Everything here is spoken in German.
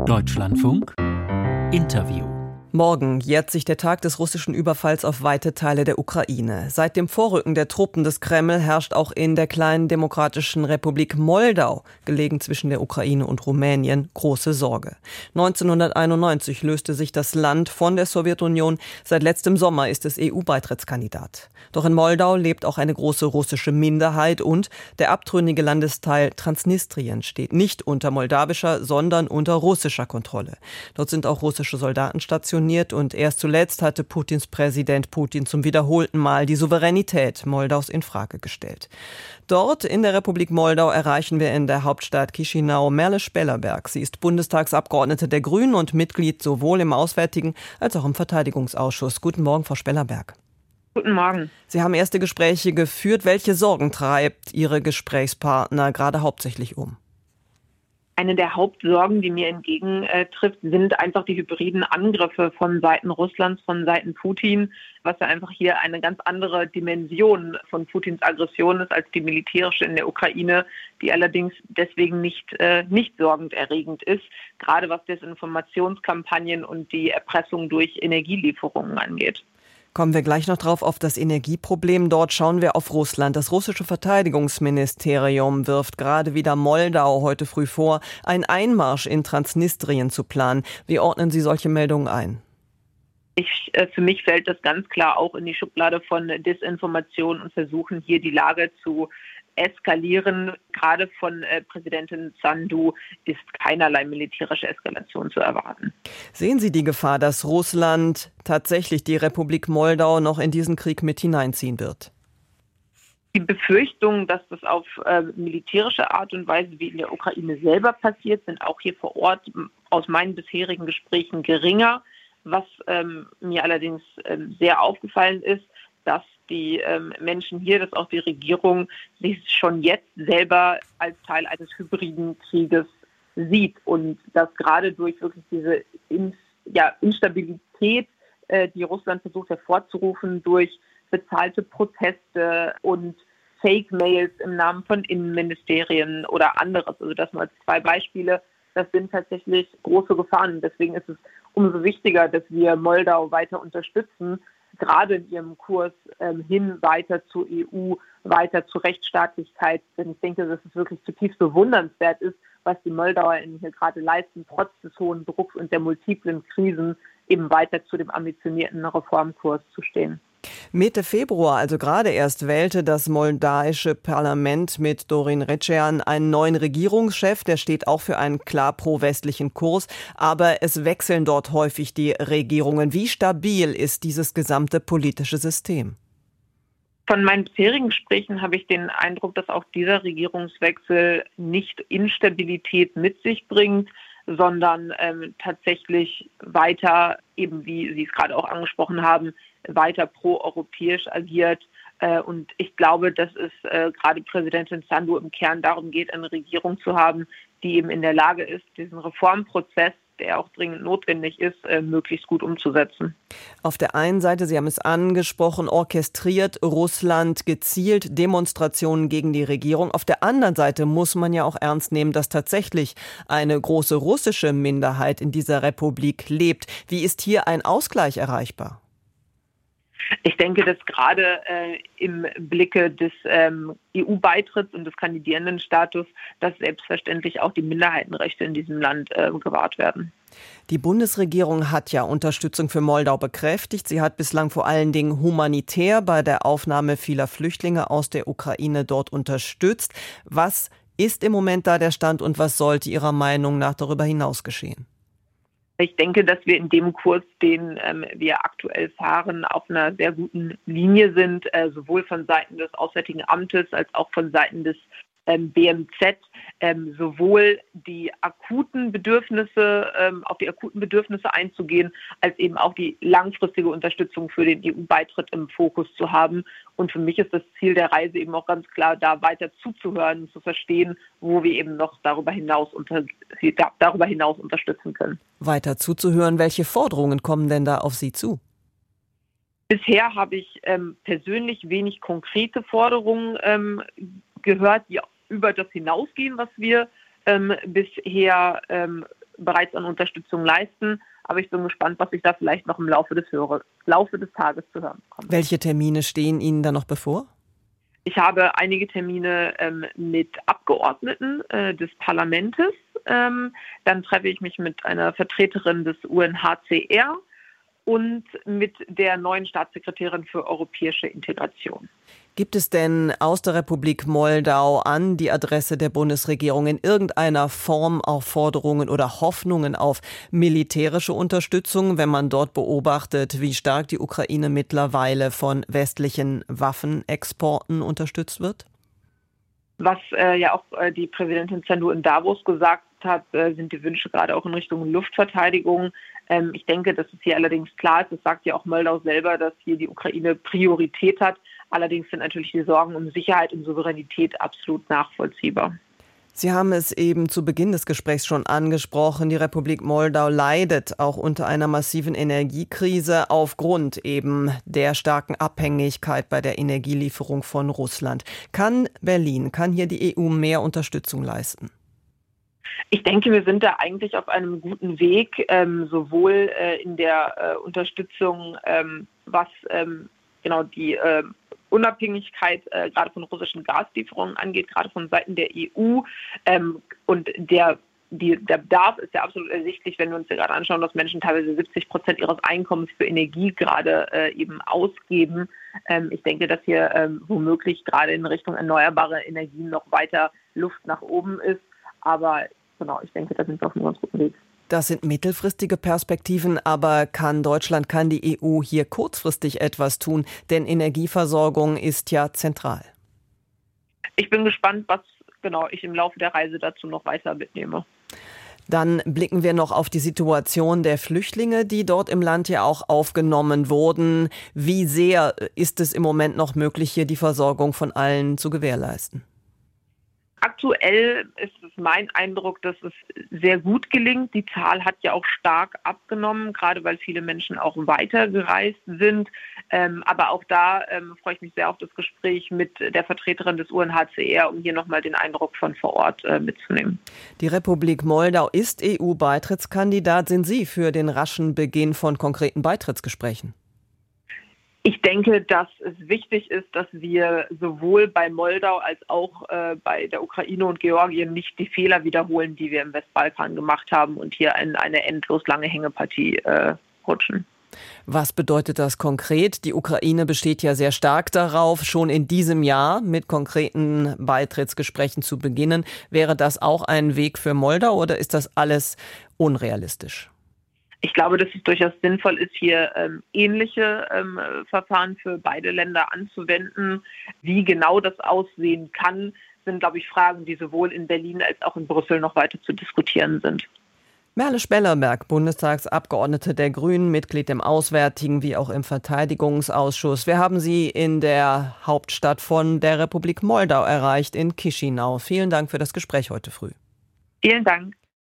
Deutschlandfunk Interview. Morgen jährt sich der Tag des russischen Überfalls auf weite Teile der Ukraine. Seit dem Vorrücken der Truppen des Kreml herrscht auch in der kleinen demokratischen Republik Moldau, gelegen zwischen der Ukraine und Rumänien, große Sorge. 1991 löste sich das Land von der Sowjetunion. Seit letztem Sommer ist es EU-Beitrittskandidat. Doch in Moldau lebt auch eine große russische Minderheit und der abtrünnige Landesteil Transnistrien steht nicht unter moldawischer, sondern unter russischer Kontrolle. Dort sind auch russische Soldaten stationiert. Und erst zuletzt hatte Putins Präsident Putin zum wiederholten Mal die Souveränität Moldaus in Frage gestellt. Dort in der Republik Moldau erreichen wir in der Hauptstadt Chișinău Merle Spellerberg. Sie ist Bundestagsabgeordnete der Grünen und Mitglied sowohl im Auswärtigen als auch im Verteidigungsausschuss. Guten Morgen, Frau Spellerberg. Guten Morgen. Sie haben erste Gespräche geführt. Welche Sorgen treibt Ihre Gesprächspartner gerade hauptsächlich um? Eine der Hauptsorgen, die mir entgegentrifft, sind einfach die hybriden Angriffe von Seiten Russlands, von Seiten Putin, was ja einfach hier eine ganz andere Dimension von Putins Aggression ist als die militärische in der Ukraine, die allerdings deswegen nicht sorgenderregend ist, gerade was Desinformationskampagnen und die Erpressung durch Energielieferungen angeht. Kommen wir gleich noch drauf auf das Energieproblem. Dort schauen wir auf Russland. Das russische Verteidigungsministerium wirft gerade wieder Moldau heute früh vor, einen Einmarsch in Transnistrien zu planen. Wie ordnen Sie solche Meldungen ein? Für mich fällt das ganz klar auch in die Schublade von Desinformation und versuchen hier die Lage zu eskalieren. Gerade von Präsidentin Sandu ist keinerlei militärische Eskalation zu erwarten. Sehen Sie die Gefahr, dass Russland tatsächlich die Republik Moldau noch in diesen Krieg mit hineinziehen wird? Die Befürchtungen, dass das auf militärische Art und Weise wie in der Ukraine selber passiert, sind auch hier vor Ort aus meinen bisherigen Gesprächen geringer. Was mir allerdings sehr aufgefallen ist, dass die Menschen hier, dass auch die Regierung sich schon jetzt selber als Teil eines hybriden Krieges sieht und dass gerade durch wirklich diese Instabilität, die Russland versucht hervorzurufen, durch bezahlte Proteste und Fake-Mails im Namen von Innenministerien oder anderes, also das nur als zwei Beispiele, das sind tatsächlich große Gefahren. Deswegen ist es umso wichtiger, dass wir Moldau weiter unterstützen, gerade in ihrem Kurs hin weiter zur EU, weiter zur Rechtsstaatlichkeit. Denn ich denke, dass es wirklich zutiefst bewundernswert ist, was die MoldauerInnen hier gerade leisten, trotz des hohen Drucks und der multiplen Krisen eben weiter zu dem ambitionierten Reformkurs zu stehen. Mitte Februar, also gerade erst, wählte das moldauische Parlament mit Dorin Recean einen neuen Regierungschef. Der steht auch für einen klar pro-westlichen Kurs. Aber es wechseln dort häufig die Regierungen. Wie stabil ist dieses gesamte politische System? Von meinen bisherigen Gesprächen habe ich den Eindruck, dass auch dieser Regierungswechsel nicht Instabilität mit sich bringt, sondern tatsächlich weiter, eben wie Sie es gerade auch angesprochen haben, weiter pro-europäisch agiert. Und ich glaube, dass es gerade Präsidentin Sandu im Kern darum geht, eine Regierung zu haben, die eben in der Lage ist, diesen Reformprozess, der auch dringend notwendig ist, möglichst gut umzusetzen. Auf der einen Seite, Sie haben es angesprochen, orchestriert Russland gezielt Demonstrationen gegen die Regierung. Auf der anderen Seite muss man ja auch ernst nehmen, dass tatsächlich eine große russische Minderheit in dieser Republik lebt. Wie ist hier ein Ausgleich erreichbar? Ich denke, dass gerade im Blicke des EU-Beitritts und des Kandidierendenstatus, dass selbstverständlich auch die Minderheitenrechte in diesem Land gewahrt werden. Die Bundesregierung hat ja Unterstützung für Moldau bekräftigt. Sie hat bislang vor allen Dingen humanitär bei der Aufnahme vieler Flüchtlinge aus der Ukraine dort unterstützt. Was ist im Moment da der Stand und was sollte Ihrer Meinung nach darüber hinaus geschehen? Ich denke, dass wir in dem Kurs, den wir aktuell fahren, auf einer sehr guten Linie sind, sowohl von Seiten des Auswärtigen Amtes als auch von Seiten des BMZ, sowohl die akuten Bedürfnisse, auf die akuten Bedürfnisse einzugehen, als eben auch die langfristige Unterstützung für den EU-Beitritt im Fokus zu haben. Und für mich ist das Ziel der Reise eben auch ganz klar, da weiter zuzuhören und zu verstehen, wo wir eben noch darüber hinaus unterstützen können. Weiter zuzuhören, welche Forderungen kommen denn da auf Sie zu? Bisher habe ich persönlich wenig konkrete Forderungen gehört, die über das hinausgehen, was wir bisher bereits an Unterstützung leisten. Aber ich bin gespannt, was ich da vielleicht noch im Laufe des Tages zu hören bekomme. Welche Termine stehen Ihnen da noch bevor? Ich habe einige Termine mit Abgeordneten des Parlaments. Dann treffe ich mich mit einer Vertreterin des UNHCR und mit der neuen Staatssekretärin für europäische Integration. Gibt es denn aus der Republik Moldau an die Adresse der Bundesregierung in irgendeiner Form auch Forderungen oder Hoffnungen auf militärische Unterstützung, wenn man dort beobachtet, wie stark die Ukraine mittlerweile von westlichen Waffenexporten unterstützt wird? Was ja auch die Präsidentin Sandu in Davos gesagt hat, sind die Wünsche gerade auch in Richtung Luftverteidigung. Ich denke, dass es hier allerdings klar ist, das sagt ja auch Moldau selber, dass hier die Ukraine Priorität hat. Allerdings sind natürlich die Sorgen um Sicherheit und Souveränität absolut nachvollziehbar. Sie haben es eben zu Beginn des Gesprächs schon angesprochen. Die Republik Moldau leidet auch unter einer massiven Energiekrise aufgrund eben der starken Abhängigkeit bei der Energielieferung von Russland. Kann hier die EU mehr Unterstützung leisten? Ich denke, wir sind da eigentlich auf einem guten Weg, sowohl in der Unterstützung, was die Unabhängigkeit gerade von russischen Gaslieferungen angeht, gerade von Seiten der EU. Und der Bedarf ist ja absolut ersichtlich, wenn wir uns ja gerade anschauen, dass Menschen teilweise 70% ihres Einkommens für Energie gerade eben ausgeben. Ich denke, dass hier womöglich gerade in Richtung erneuerbare Energien noch weiter Luft nach oben ist. Aber genau, ich denke, da sind wir auf einem ganz guten Weg. Das sind mittelfristige Perspektiven, aber kann die EU hier kurzfristig etwas tun? Denn Energieversorgung ist ja zentral. Ich bin gespannt, was genau ich im Laufe der Reise dazu noch weiter mitnehme. Dann blicken wir noch auf die Situation der Flüchtlinge, die dort im Land ja auch aufgenommen wurden. Wie sehr ist es im Moment noch möglich, hier die Versorgung von allen zu gewährleisten? Aktuell ist es mein Eindruck, dass es sehr gut gelingt. Die Zahl hat ja auch stark abgenommen, gerade weil viele Menschen auch weitergereist sind. Aber auch da freue ich mich sehr auf das Gespräch mit der Vertreterin des UNHCR, um hier nochmal den Eindruck von vor Ort mitzunehmen. Die Republik Moldau ist EU-Beitrittskandidat. Sind Sie für den raschen Beginn von konkreten Beitrittsgesprächen? Ich denke, dass es wichtig ist, dass wir sowohl bei Moldau als auch bei der Ukraine und Georgien nicht die Fehler wiederholen, die wir im Westbalkan gemacht haben und hier in eine endlos lange Hängepartie rutschen. Was bedeutet das konkret? Die Ukraine besteht ja sehr stark darauf, schon in diesem Jahr mit konkreten Beitrittsgesprächen zu beginnen. Wäre das auch ein Weg für Moldau oder ist das alles unrealistisch? Ich glaube, dass es durchaus sinnvoll ist, hier ähnliche Verfahren für beide Länder anzuwenden. Wie genau das aussehen kann, sind, glaube ich, Fragen, die sowohl in Berlin als auch in Brüssel noch weiter zu diskutieren sind. Merle Spellerberg, Bundestagsabgeordnete der Grünen, Mitglied im Auswärtigen wie auch im Verteidigungsausschuss. Wir haben Sie in der Hauptstadt von der Republik Moldau erreicht, in Chișinău. Vielen Dank für das Gespräch heute früh. Vielen Dank.